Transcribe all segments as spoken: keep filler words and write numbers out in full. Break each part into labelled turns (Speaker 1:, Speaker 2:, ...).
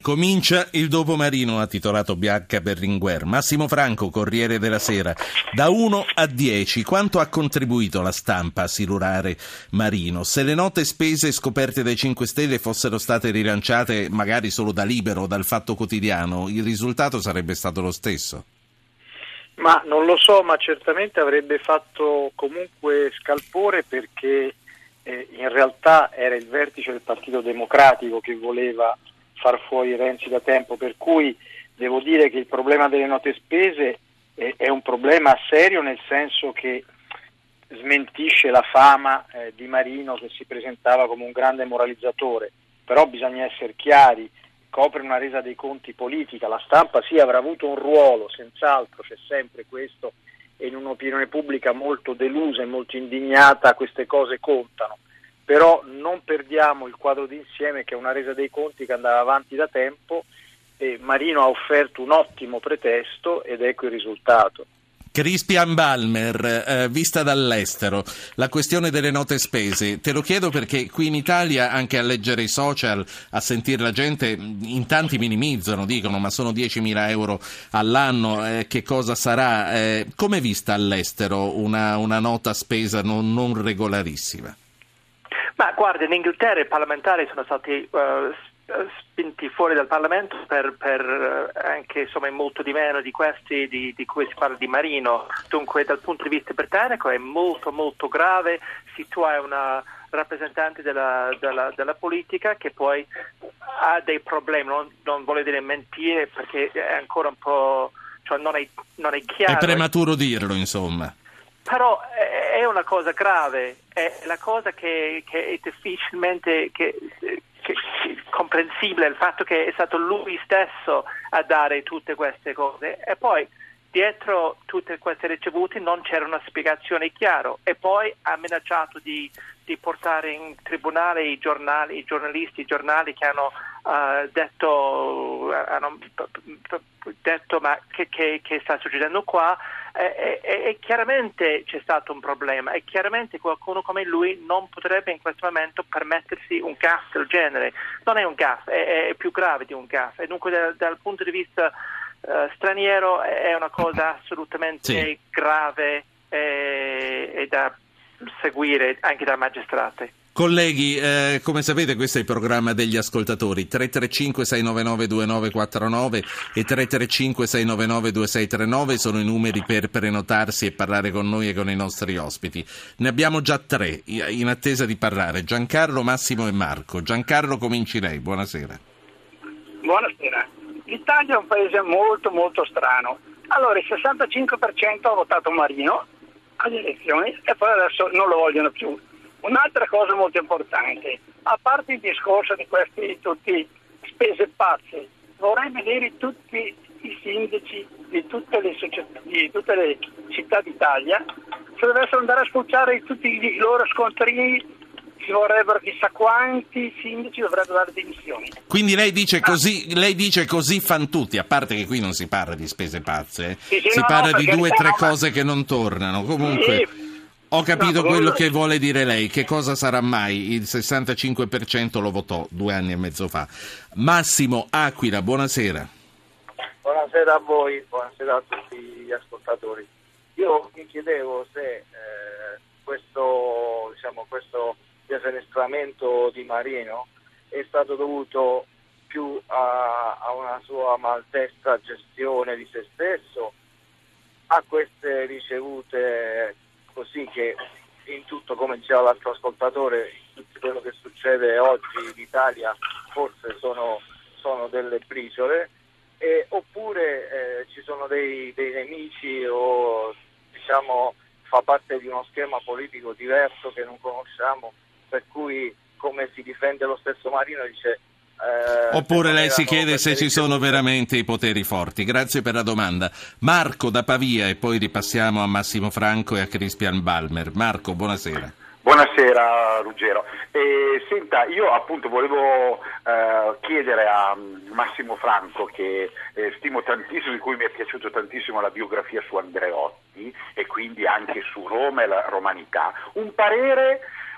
Speaker 1: Comincia il Dopo Marino, ha titolato B H Berlinguer. Massimo Franco, Corriere della Sera. Da uno a dieci, quanto ha contribuito la stampa a silurare Marino? Se le note spese scoperte dai cinque Stelle fossero state rilanciate magari solo da Libero o dal Fatto Quotidiano, il risultato sarebbe stato lo stesso?
Speaker 2: Ma non lo so, ma certamente avrebbe fatto comunque scalpore, perché eh, in realtà era il vertice del Partito Democratico che voleva far fuori Renzi da tempo, per cui devo dire che il problema delle note spese è, è un problema serio, nel senso che smentisce la fama eh, di Marino, che si presentava come un grande moralizzatore. Però bisogna essere chiari, copre una resa dei conti politica. La stampa sì avrà avuto un ruolo, senz'altro, c'è sempre questo, e in un'opinione pubblica molto delusa e molto indignata queste cose contano. Però non perdiamo il quadro d'insieme, che è una resa dei conti che andava avanti da tempo, e Marino ha offerto un ottimo pretesto ed ecco il risultato.
Speaker 1: Crispian Balmer, eh, vista dall'estero, la questione delle note spese, te lo chiedo perché qui in Italia, anche a leggere i social, a sentire la gente, in tanti minimizzano, dicono ma sono diecimila euro all'anno, eh, che cosa sarà? Eh, come è vista all'estero una, una nota spesa non, non regolarissima?
Speaker 3: Ma guarda, in Inghilterra i parlamentari sono stati uh, spinti fuori dal Parlamento per, per uh, anche insomma molto di meno di questi di, di cui si parla di Marino. Dunque dal punto di vista britannico è molto molto grave se tu hai una rappresentante della, della, della politica che poi ha dei problemi, non, non voglio dire mentire perché è ancora un po', cioè non è, non è chiaro.
Speaker 1: È prematuro dirlo, insomma.
Speaker 3: Però è una cosa grave, è la cosa che, che è difficilmente che, che, che, comprensibile, il fatto che è stato lui stesso a dare tutte queste cose, e poi dietro tutte queste ricevute non c'era una spiegazione chiara, e poi ha minacciato di, di portare in tribunale i giornali, i giornalisti, i giornali che hanno uh, detto, hanno detto ma che, che, che sta succedendo qua. E, e, e chiaramente c'è stato un problema, e chiaramente qualcuno come lui non potrebbe in questo momento permettersi un gaffe del genere. Non è un gaffe, è, è più grave di un gaffe, e dunque dal, dal punto di vista uh, straniero è una cosa assolutamente sì. grave e, e da seguire anche dai magistrati.
Speaker 1: Colleghi, eh, come sapete questo è il programma degli ascoltatori. Tre tre cinque sei nove nove due nove quattro nove e tre tre cinque sei nove nove due sei tre nove sono i numeri per prenotarsi e parlare con noi e con i nostri ospiti. Ne abbiamo già tre in attesa di parlare: Giancarlo, Massimo e Marco. Giancarlo, cominci lei, buonasera.
Speaker 4: Buonasera. L'Italia è un paese molto molto strano. Allora il sessantacinque per cento ha votato Marino alle elezioni e poi adesso non lo vogliono più. Un'altra cosa molto importante, a parte il discorso di questi tutti spese pazze, vorrei vedere tutti i sindaci di tutte le società, di tutte le città d'Italia, se dovessero andare a spulciare tutti i loro scontrini, ci vorrebbero chissà quanti sindaci dovrebbero dare dimissioni.
Speaker 1: Quindi lei dice così, ah. lei dice così fan tutti, a parte che qui non si parla di spese pazze, eh.
Speaker 4: sì, sì,
Speaker 1: si
Speaker 4: no,
Speaker 1: parla
Speaker 4: no,
Speaker 1: di due o tre
Speaker 4: no,
Speaker 1: cose
Speaker 4: ma...
Speaker 1: che non tornano, comunque...
Speaker 4: Sì.
Speaker 1: Ho capito
Speaker 4: no,
Speaker 1: quello che vuole dire lei. Che cosa sarà mai? Il sessantacinque per cento lo votò due anni e mezzo fa. Massimo, Aquila, buonasera.
Speaker 5: Buonasera a voi, buonasera a tutti gli ascoltatori. Io mi chiedevo se eh, questo, diciamo, questo defenestramento di Marino è stato dovuto più a, a una sua maldestra gestione di se stesso, a queste ricevute così che in tutto, come diceva l'altro ascoltatore, tutto quello che succede oggi in Italia forse sono, sono delle briciole, eh, oppure eh, ci sono dei, dei nemici, o diciamo fa parte di uno schema politico diverso che non conosciamo, per cui come si difende lo stesso Marino dice... Eh,
Speaker 1: Oppure lei si chiede se ci sono veramente i poteri forti. Grazie per la domanda. Marco da Pavia, e poi ripassiamo a Massimo Franco e a Crispian Balmer. Marco, buonasera.
Speaker 6: Buonasera Ruggero. Eh, senta, io appunto volevo eh, chiedere a Massimo Franco, che eh, stimo tantissimo, di cui mi è piaciuto tantissimo la biografia su Andreotti e quindi anche su Roma e la romanità, un parere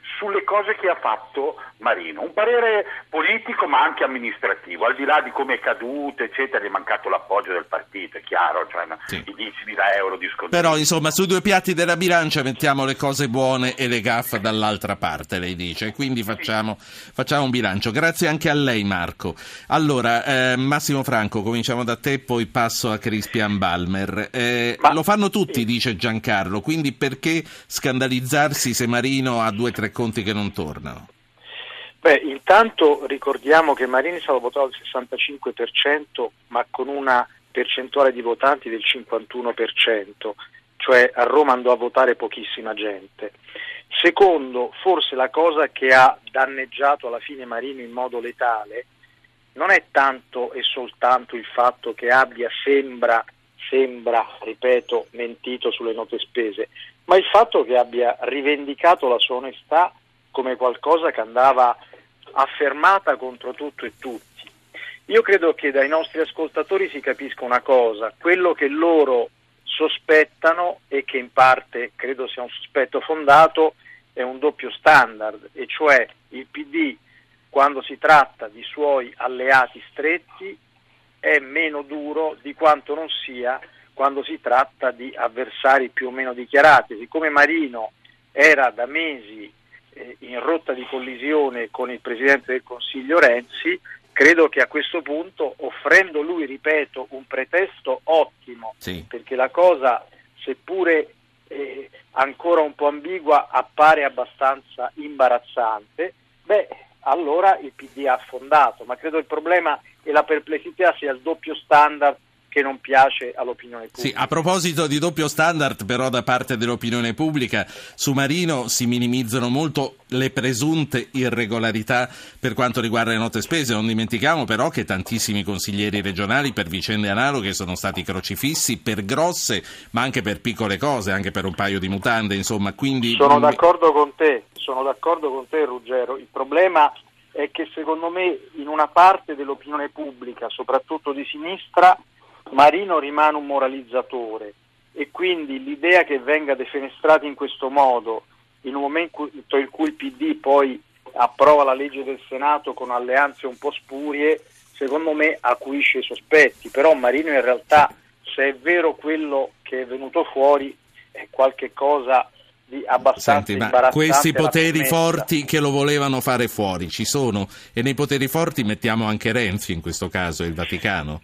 Speaker 6: sulle cose che ha fatto Marino, un parere politico ma anche amministrativo, al di là di come è caduto eccetera, è mancato l'appoggio del partito, è chiaro, cioè sì. I diecimila euro di sconto.
Speaker 1: Però insomma sui due piatti della bilancia mettiamo le cose buone e le gaffe dall'altra parte, lei dice, quindi facciamo, facciamo un bilancio. Grazie anche a lei Marco. Allora eh, Massimo Franco, cominciamo da te, poi passo a Cristian Balmer. Eh, Ma, lo fanno tutti, sì. dice Giancarlo, quindi perché scandalizzarsi se Marino ha due o tre conti che non tornano?
Speaker 2: Beh, intanto ricordiamo che Marini è stato votato al sessantacinque per cento, ma con una percentuale di votanti del cinquantuno per cento, cioè a Roma andò a votare pochissima gente. Secondo, forse la cosa che ha danneggiato alla fine Marino in modo letale non è tanto e soltanto il fatto che abbia, sembra, sembra, ripeto, mentito sulle note spese, ma il fatto che abbia rivendicato la sua onestà come qualcosa che andava affermata contro tutto e tutti. Io credo che dai nostri ascoltatori si capisca una cosa, quello che loro sospettano e che in parte credo sia un sospetto fondato è un doppio standard, e cioè il P D quando si tratta di suoi alleati stretti è meno duro di quanto non sia quando si tratta di avversari più o meno dichiarati. Siccome Marino era da mesi in rotta di collisione con il Presidente del Consiglio Renzi, credo che a questo punto, offrendo lui, ripeto, un pretesto ottimo, sì. perché la cosa, seppure eh, ancora un po' ambigua, appare abbastanza imbarazzante, beh, allora il P D ha affondato, ma credo il problema e la perplessità sia il doppio standard che non piace all'opinione pubblica.
Speaker 1: Sì, a proposito di doppio standard però da parte dell'opinione pubblica, su Marino si minimizzano molto le presunte irregolarità per quanto riguarda le note spese. Non dimentichiamo però che tantissimi consiglieri regionali per vicende analoghe sono stati crocifissi per grosse ma anche per piccole cose, anche per un paio di mutande, insomma, quindi...
Speaker 2: Sono d'accordo con te, sono d'accordo con te Ruggero, il problema è che secondo me in una parte dell'opinione pubblica, soprattutto di sinistra, Marino rimane un moralizzatore e quindi l'idea che venga defenestrato in questo modo in un momento in cui il P D poi approva la legge del Senato con alleanze un po' spurie, secondo me acuisce i sospetti. Però Marino in realtà, se è vero quello che è venuto fuori, è qualche cosa di abbastanza
Speaker 1: Senti, ma
Speaker 2: imbarazzante.
Speaker 1: questi poteri forti che lo volevano fare fuori ci sono, e nei poteri forti mettiamo anche Renzi in questo caso, il Vaticano.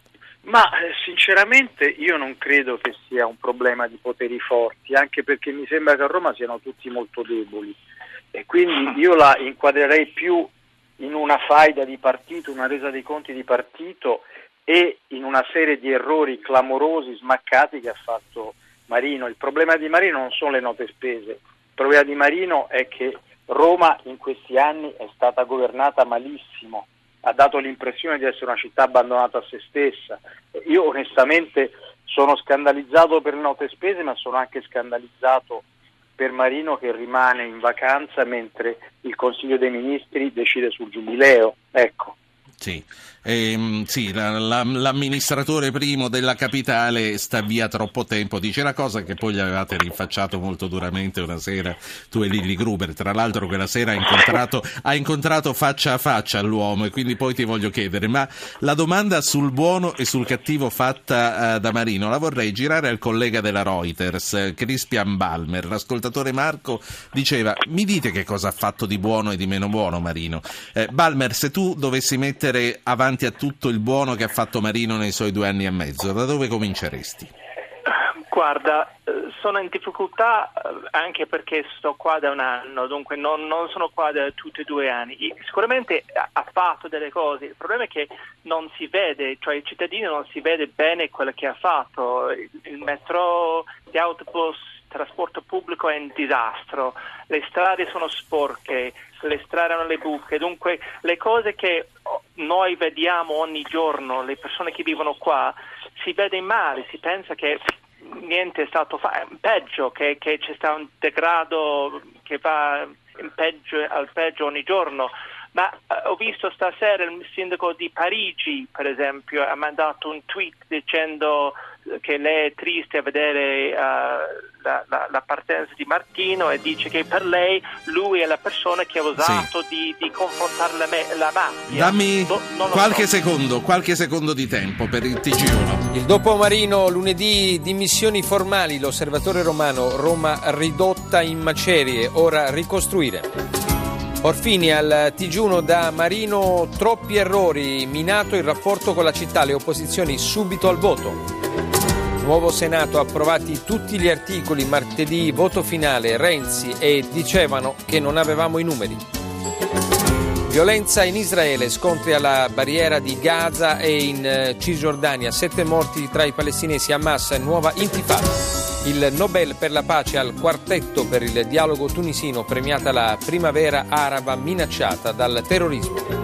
Speaker 2: Ma eh, sinceramente io non credo che sia un problema di poteri forti, anche perché mi sembra che a Roma siano tutti molto deboli e quindi io la inquadrerei più in una faida di partito, una resa dei conti di partito e in una serie di errori clamorosi, smaccati che ha fatto Marino. Il problema di Marino non sono le note spese, il problema di Marino è che Roma in questi anni è stata governata malissimo, ha dato l'impressione di essere una città abbandonata a se stessa. Io onestamente sono scandalizzato per le note spese, ma sono anche scandalizzato per Marino che rimane in vacanza mentre il Consiglio dei Ministri decide sul giubileo. Ecco.
Speaker 1: Sì, ehm, sì la, la, l'amministratore primo della capitale sta via troppo tempo, dice la cosa che poi gli avevate rinfacciato molto duramente una sera tu e Lilli Gruber. Tra l'altro quella sera ha incontrato, ha incontrato faccia a faccia l'uomo, e quindi poi ti voglio chiedere, ma la domanda sul buono e sul cattivo fatta uh, da Marino la vorrei girare al collega della Reuters, Cristian Balmer. L'ascoltatore Marco diceva: mi dite che cosa ha fatto di buono e di meno buono Marino? eh, Balmer, se tu dovessi mettere avanti a tutto il buono che ha fatto Marino nei suoi due anni e mezzo, da dove cominceresti?
Speaker 3: Guarda, sono in difficoltà anche perché sto qua da un anno, dunque non, non sono qua da tutti e due anni. Sicuramente ha fatto delle cose, il problema è che non si vede, cioè i cittadini non si vede bene quello che ha fatto. Il metro, gli autobus, il trasporto pubblico è un disastro, le strade sono sporche, le strade hanno le buche, dunque le cose che noi vediamo ogni giorno, le persone che vivono qua, si vede male, si pensa che niente è stato fatto, peggio, che, che c'è stato un degrado che va in peggio, al peggio ogni giorno. ma uh, ho visto stasera il sindaco di Parigi, per esempio, ha mandato un tweet dicendo che lei è triste a vedere uh, la, la, la partenza di Martino, e dice che per lei lui è la persona che ha osato sì. di, di confrontare la, me, la mafia.
Speaker 1: Dammi
Speaker 3: no,
Speaker 1: qualche
Speaker 3: so.
Speaker 1: secondo, qualche secondo di tempo per il T G uno.
Speaker 7: Il dopo Marino, lunedì, dimissioni formali, l'Osservatore Romano, Roma ridotta in macerie, ora ricostruire. Orfini al T G uno da Marino, troppi errori, minato il rapporto con la città, le opposizioni subito al voto. Nuovo Senato, approvati tutti gli articoli, martedì voto finale, Renzi, e dicevano che non avevamo i numeri. Violenza in Israele, scontri alla barriera di Gaza e in Cisgiordania, sette morti tra i palestinesi, Hamas, nuova intifada. Il Nobel per la pace al quartetto per il dialogo tunisino, premiata la primavera araba minacciata dal terrorismo.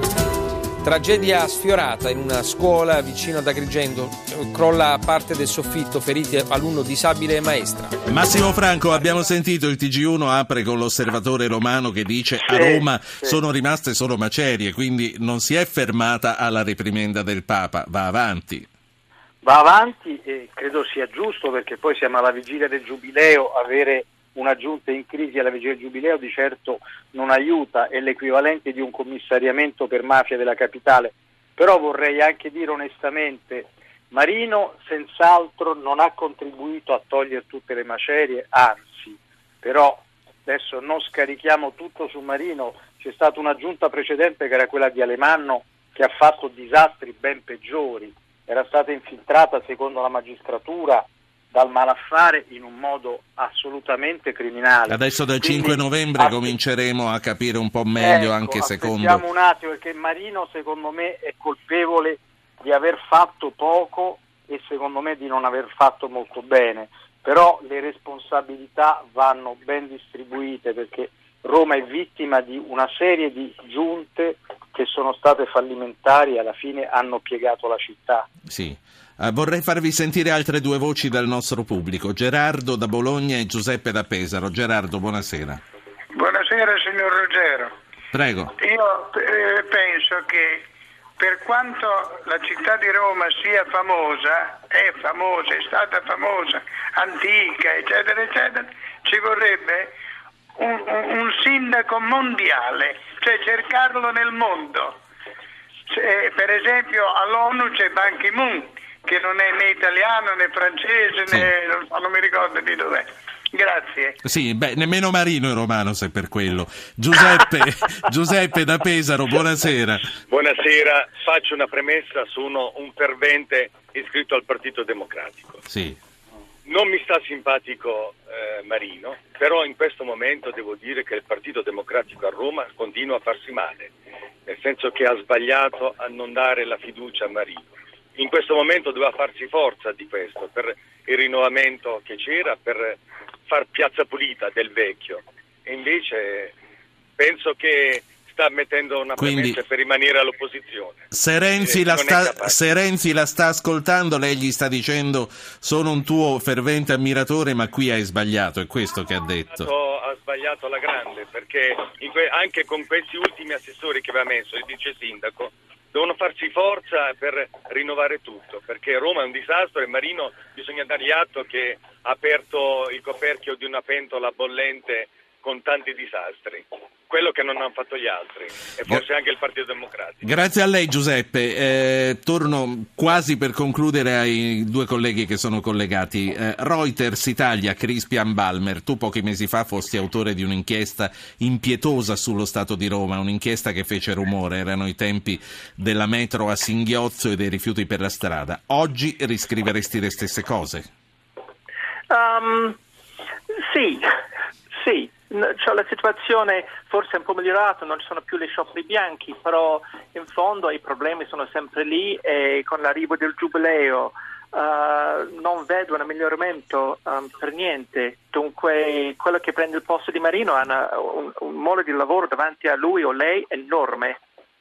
Speaker 7: Tragedia sfiorata in una scuola vicino ad Agrigento, crolla parte del soffitto, feriti alunno disabile e maestra.
Speaker 1: Massimo Franco, abbiamo sentito il T G uno apre con l'Osservatore Romano che dice
Speaker 2: sì,
Speaker 1: a Roma
Speaker 2: sì.
Speaker 1: sono rimaste solo macerie, quindi non si è fermata alla reprimenda del Papa, va avanti.
Speaker 2: Va avanti e credo sia giusto, perché poi siamo alla vigilia del Giubileo, avere una giunta in crisi alla vigilia del Giubileo di certo non aiuta, è l'equivalente di un commissariamento per mafia della capitale. Però vorrei anche dire onestamente, Marino senz'altro non ha contribuito a togliere tutte le macerie, anzi, però adesso non scarichiamo tutto su Marino, c'è stata una giunta precedente che era quella di Alemanno che ha fatto disastri ben peggiori, era stata infiltrata secondo la magistratura dal malaffare in un modo assolutamente criminale.
Speaker 1: Adesso dal
Speaker 2: Quindi,
Speaker 1: cinque novembre
Speaker 2: ass-
Speaker 1: cominceremo a capire un po' meglio,
Speaker 2: ecco,
Speaker 1: anche secondo...
Speaker 2: aspettiamo un attimo, perché Marino secondo me è colpevole di aver fatto poco e secondo me di non aver fatto molto bene, però le responsabilità vanno ben distribuite, perché Roma è vittima di una serie di giunte che sono state fallimentari e alla fine hanno piegato la città.
Speaker 1: Sì. Uh, vorrei farvi sentire altre due voci dal nostro pubblico, Gerardo da Bologna e Giuseppe da Pesaro. Gerardo, buonasera.
Speaker 8: Buonasera signor Ruggero.
Speaker 1: Prego.
Speaker 8: Io eh, penso che per quanto la città di Roma sia famosa, è famosa, è stata famosa, antica, eccetera, eccetera, ci vorrebbe un, un, un sindaco mondiale, cioè cercarlo nel mondo. Cioè, per esempio all'ONU c'è Ban Ki-moon, che non è né italiano né francese, sì. né non, non mi ricordo di dov'è. Grazie.
Speaker 1: Sì, beh, nemmeno Marino è romano, se per quello. Giuseppe, Giuseppe da Pesaro, buonasera.
Speaker 9: Buonasera, faccio una premessa, sono un fervente iscritto al Partito Democratico.
Speaker 1: Sì.
Speaker 9: Non mi sta simpatico eh, Marino, però in questo momento devo dire che il Partito Democratico a Roma continua a farsi male, nel senso che ha sbagliato a non dare la fiducia a Marino. In questo momento doveva farsi forza di questo, per il rinnovamento che c'era, per far piazza pulita del vecchio, e invece penso che sta mettendo una
Speaker 1: Quindi,
Speaker 9: premessa per rimanere all'opposizione.
Speaker 1: Se Renzi,
Speaker 9: eh,
Speaker 1: la sta, se Renzi la sta ascoltando, lei gli sta dicendo sono un tuo fervente ammiratore, ma qui hai sbagliato, è questo che ha detto.
Speaker 9: Ha sbagliato alla grande, perché in que- anche con questi ultimi assessori che aveva messo il vice sindaco devono farci forza per rinnovare tutto, perché Roma è un disastro e Marino bisogna dargli atto che ha aperto il coperchio di una pentola bollente con tanti disastri, quello che non hanno fatto gli altri e forse anche il Partito Democratico.
Speaker 1: Grazie a lei Giuseppe, eh, torno quasi per concludere ai due colleghi che sono collegati. eh, Reuters Italia, Crispian Balmer, tu pochi mesi fa fosti autore di un'inchiesta impietosa sullo Stato di Roma, un'inchiesta che fece rumore, erano i tempi della metro a singhiozzo e dei rifiuti per la strada. Oggi riscriveresti le stesse cose?
Speaker 3: Um, sì, sì. Cioè, la situazione forse è un po' migliorata, non ci sono più le scioperi bianchi, però in fondo i problemi sono sempre lì e con l'arrivo del Giubileo uh, non vedo un miglioramento um, per niente. Dunque quello che prende il posto di Marino ha una, un, un modo di lavoro davanti a lui o lei enorme.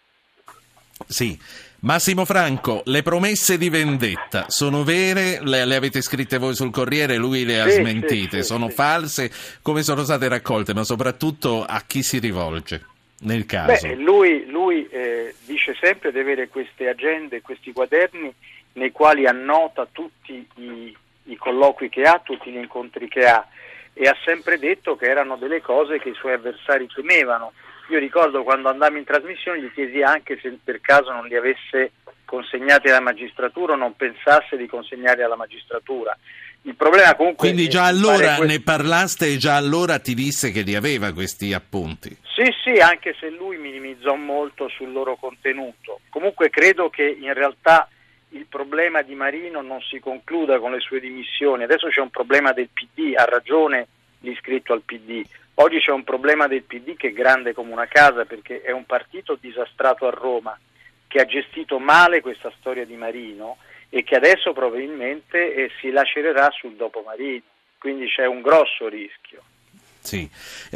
Speaker 1: Sì. Massimo Franco, le promesse di vendetta sono vere? Le, le avete scritte voi sul Corriere, lui le ha
Speaker 2: sì,
Speaker 1: smentite,
Speaker 2: sì, sì,
Speaker 1: sono
Speaker 2: sì.
Speaker 1: false? Come sono state raccolte? Ma soprattutto a chi si rivolge? nel caso.
Speaker 2: Beh, lui, lui eh, dice sempre di avere queste agende, questi quaderni nei quali annota tutti i, i colloqui che ha, tutti gli incontri che ha, e ha sempre detto che erano delle cose che i suoi avversari temevano. Io ricordo quando andammo in trasmissione gli chiesi anche se per caso non li avesse consegnati alla magistratura o non pensasse di consegnarli alla magistratura. Il problema comunque...
Speaker 1: Quindi già allora
Speaker 2: questo...
Speaker 1: ne parlaste e già allora ti disse che li aveva questi appunti?
Speaker 2: Sì, sì, anche se lui minimizzò molto sul loro contenuto. Comunque credo che in realtà il problema di Marino non si concluda con le sue dimissioni. Adesso c'è un problema del P D, ha ragione l'iscritto al P D. Oggi c'è un problema del P D che è grande come una casa, perché è un partito disastrato a Roma, che ha gestito male questa storia di Marino e che adesso probabilmente eh, si lacererà sul dopo Marino, quindi c'è un grosso rischio.
Speaker 1: Sì.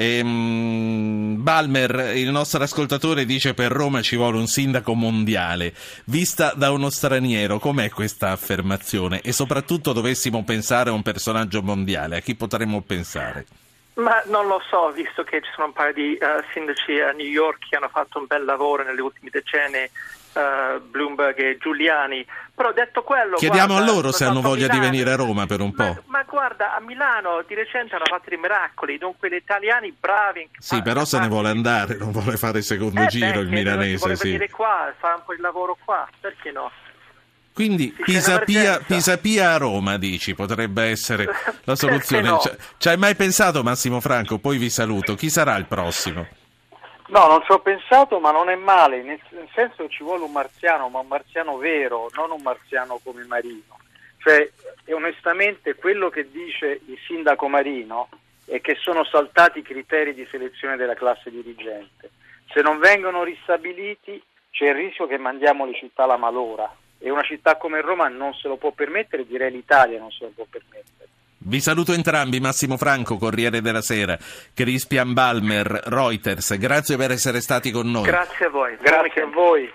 Speaker 1: Ehm, Balmer, il nostro ascoltatore, dice per Roma ci vuole un sindaco mondiale. Vista da uno straniero, com'è questa affermazione? E soprattutto dovessimo pensare a un personaggio mondiale, a chi potremmo pensare?
Speaker 3: Ma non lo so, visto che ci sono un paio di uh, sindaci a New York che hanno fatto un bel lavoro negli ultimi decenni, uh, Bloomberg e Giuliani, però detto quello...
Speaker 1: Chiediamo
Speaker 3: guarda,
Speaker 1: a loro se hanno voglia
Speaker 3: Milano,
Speaker 1: di venire a Roma per un
Speaker 3: ma,
Speaker 1: po'.
Speaker 3: Ma guarda, a Milano di recente hanno fatto dei miracoli, dunque gli italiani bravi...
Speaker 1: Sì, però se ne vuole andare, non vuole fare il secondo
Speaker 3: eh
Speaker 1: giro
Speaker 3: beh,
Speaker 1: il milanese.
Speaker 3: Vuole
Speaker 1: sì.
Speaker 3: venire qua, fare un po' il lavoro qua, perché no?
Speaker 1: Quindi Pisapia, Pisapia a Roma, dici, potrebbe essere la soluzione.
Speaker 3: no?
Speaker 1: Ci hai mai pensato, Massimo Franco? Poi vi saluto. Chi sarà il prossimo?
Speaker 2: No, non ci ho pensato, ma non è male, nel senso che ci vuole un marziano, ma un marziano vero, non un marziano come Marino. Cioè, e onestamente, quello che dice il sindaco Marino è che sono saltati i criteri di selezione della classe dirigente. Se non vengono ristabiliti, c'è il rischio che mandiamo le città alla malora. E una città come Roma non se lo può permettere, direi l'Italia non se lo può permettere.
Speaker 1: Vi saluto entrambi, Massimo Franco, Corriere della Sera, Crispian Balmer, Reuters, grazie per essere stati con noi.
Speaker 3: Grazie a voi.
Speaker 2: Grazie a voi.